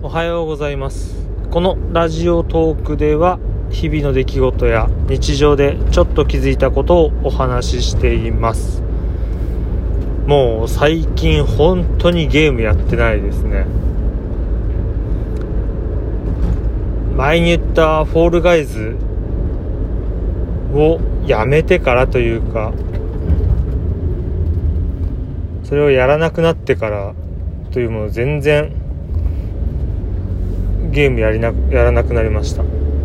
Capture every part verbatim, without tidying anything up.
おはようございます。このラジオトークでは日々の出来事や日常でちょっと気づいたことをお話ししています。もう最近本当にゲームやってないですね。前に言ったフォールガイズをやめてからというか、それをやらなくなってからというもの全然ゲームやりなやらなくなりました。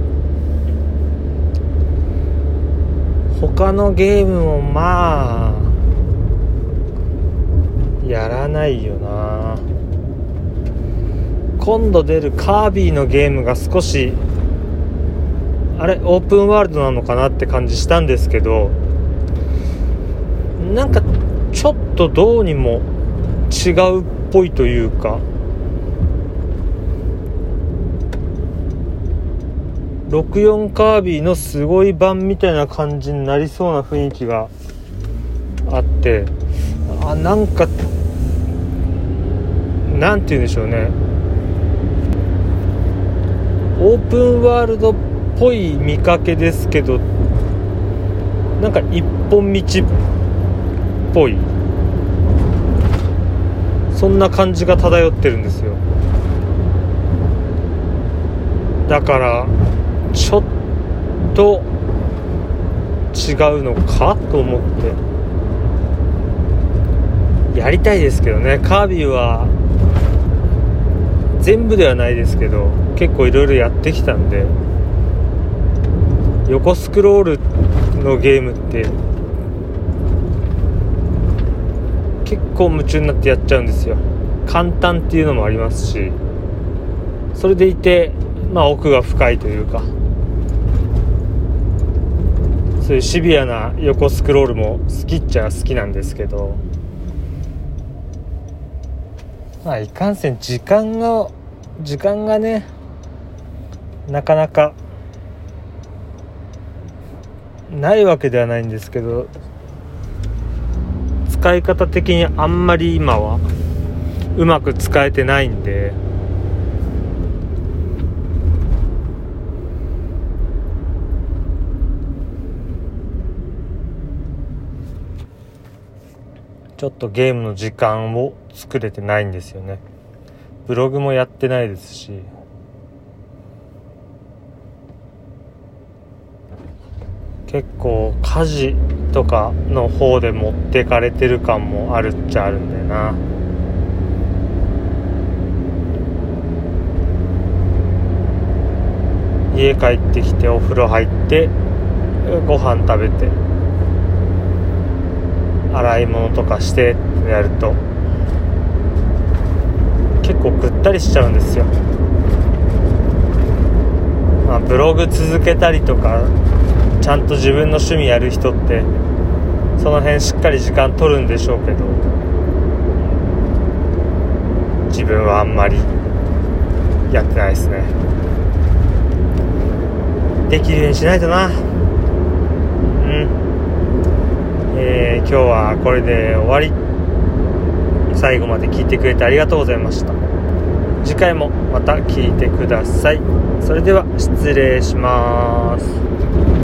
他のゲームもまあやらないよな。今度出るカービィのゲームが少しあれオープンワールドなのかなって感じしたんですけど、なんかちょっとどうにも違うっぽいというか、ろくじゅうよんカービィのすごい版みたいな感じになりそうな雰囲気があって、あなんかなんて言うんでしょうね、オープンワールドっぽい見かけですけど、なんか一本道っぽい、そんな感じが漂ってるんですよ。だからちょっと違うのかと思ってやりたいですけどね。カービィは全部ではないですけど結構いろいろやってきたんで、横スクロールのゲームって結構夢中になってやっちゃうんですよ。簡単っていうのもありますし、それでいてまあ奥が深いというか、そういうシビアな横スクロールも好きっちゃ好きなんですけど、まあいかんせん時間が時間がねなかなかないわけではないんですけど、使い方的にあんまり今はうまく使えてないんで、ちょっとゲームの時間を作れてないんですよね。ブログもやってないですし、結構家事とかの方で持ってかれてる感もあるっちゃあるんだよな。家帰ってきてお風呂入ってご飯食べて洗い物とかしてってやると結構ぐったりしちゃうんですよ。まあブログ続けたりとかちゃんと自分の趣味やる人ってその辺しっかり時間取るんでしょうけど、自分はあんまりやってないですね。できるようにしないとな。うん、えー、今日はこれで終わり。最後まで聞いてくれてありがとうございました。次回もまた聞いてください。それでは失礼します。